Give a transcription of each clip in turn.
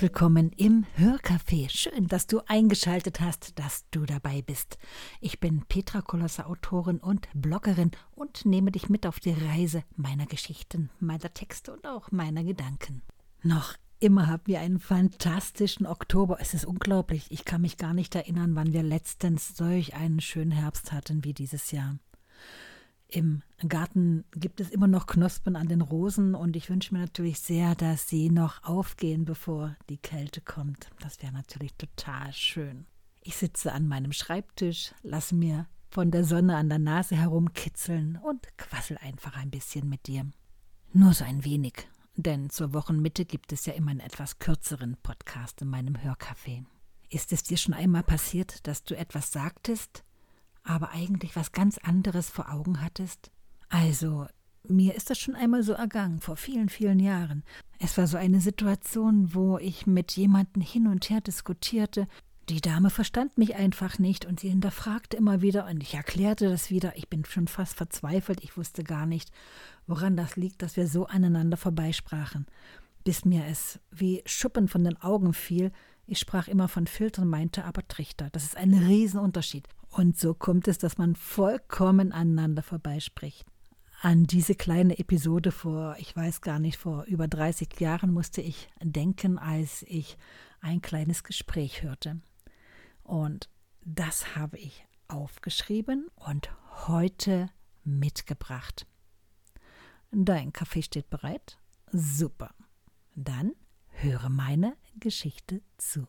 willkommen im Hörcafé. Schön, dass du eingeschaltet hast, dass du dabei bist. Ich bin Petra Kolosser, Autorin und Bloggerin und nehme dich mit auf die Reise meiner Geschichten, meiner Texte und auch meiner Gedanken. Noch immer haben wir einen fantastischen Oktober. Es ist unglaublich. Ich kann mich gar nicht erinnern, wann wir letztens solch einen schönen Herbst hatten wie dieses Jahr. Im Garten gibt es immer noch Knospen an den Rosen und ich wünsche mir natürlich sehr, dass sie noch aufgehen, bevor die Kälte kommt. Das wäre natürlich total schön. Ich sitze an meinem Schreibtisch, lasse mir von der Sonne an der Nase herumkitzeln und quassel einfach ein bisschen mit dir. Nur so ein wenig, denn zur Wochenmitte gibt es ja immer einen etwas kürzeren Podcast in meinem Hörcafé. Ist es dir schon einmal passiert, dass du etwas sagtest, aber eigentlich was ganz anderes vor Augen hattest? Also, mir ist das schon einmal so ergangen, vor vielen, vielen Jahren. Es war so eine Situation, wo ich mit jemandem hin und her diskutierte. Die Dame verstand mich einfach nicht und sie hinterfragte immer wieder und ich erklärte das wieder. Ich bin schon fast verzweifelt, ich wusste gar nicht, woran das liegt, dass wir so aneinander vorbeisprachen. Bis mir es wie Schuppen von den Augen fiel. Ich sprach immer von Filtern, meinte aber Trichter. Das ist ein Riesenunterschied. Und so kommt es, dass man vollkommen aneinander vorbeispricht. An diese kleine Episode vor über 30 Jahren musste ich denken, als ich ein kleines Gespräch hörte. Und das habe ich aufgeschrieben und heute mitgebracht. Dein Kaffee steht bereit? Super. Dann höre meine Geschichte zu.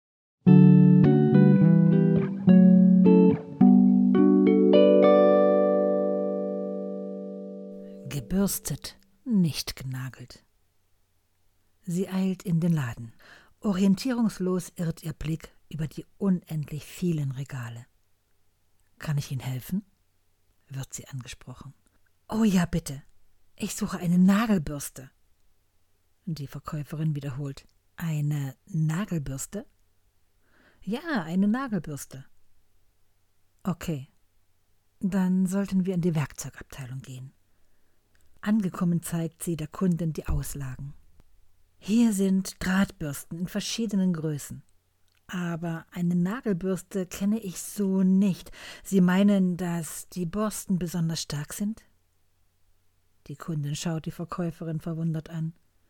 Gebürstet, nicht genagelt. Sie eilt in den Laden. Orientierungslos irrt ihr Blick über die unendlich vielen Regale. Kann ich Ihnen helfen? Wird sie angesprochen. Oh ja, bitte. Ich suche eine Nagelbürste. Die Verkäuferin wiederholt. Eine Nagelbürste? Ja, eine Nagelbürste. Okay, dann sollten wir in die Werkzeugabteilung gehen. Angekommen zeigt sie der Kundin die Auslagen. Hier sind Drahtbürsten in verschiedenen Größen. Aber eine Nagelbürste kenne ich so nicht. Sie meinen, dass die Borsten besonders stark sind? Die Kundin schaut die Verkäuferin verwundert an.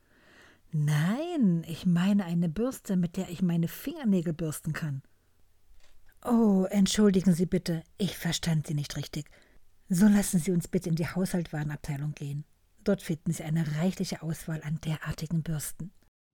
Nein, ich meine eine Bürste, mit der ich meine Fingernägel bürsten kann. Oh, entschuldigen Sie bitte, ich verstand Sie nicht richtig. So lassen Sie uns bitte in die Haushaltswarenabteilung gehen. Dort finden Sie eine reichliche Auswahl an derartigen Bürsten.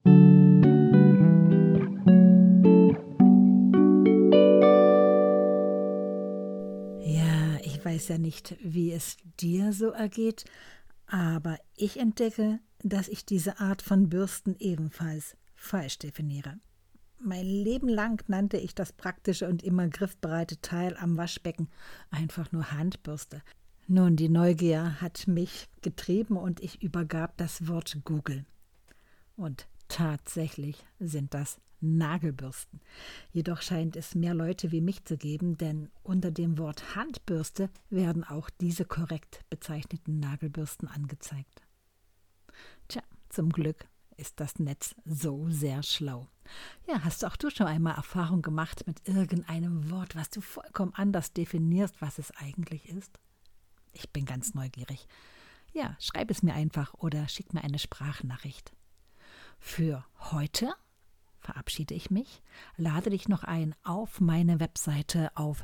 Ja, ich weiß ja nicht, wie es dir so ergeht, aber ich entdecke, dass ich diese Art von Bürsten ebenfalls falsch definiere. Mein Leben lang nannte ich das praktische und immer griffbereite Teil am Waschbecken einfach nur Handbürste. Nun, die Neugier hat mich getrieben und ich übergab das Wort Google. Und tatsächlich sind das Nagelbürsten. Jedoch scheint es mehr Leute wie mich zu geben, denn unter dem Wort Handbürste werden auch diese korrekt bezeichneten Nagelbürsten angezeigt. Tja, zum Glück ist das Netz so sehr schlau. Ja, hast auch du schon einmal Erfahrung gemacht mit irgendeinem Wort, was du vollkommen anders definierst, was es eigentlich ist? Ich bin ganz neugierig. Ja, schreib es mir einfach oder schick mir eine Sprachnachricht. Für heute verabschiede ich mich, lade dich noch ein auf meine Webseite auf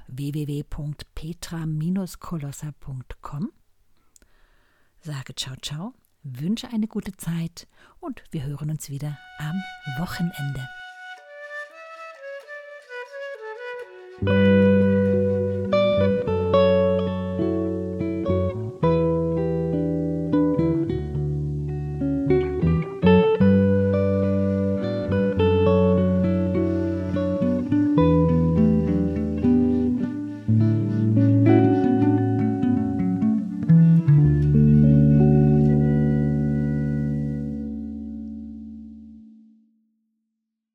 www.petra-kolosser.com. Sage ciao, ciao. Wünsche eine gute Zeit und wir hören uns wieder am Wochenende.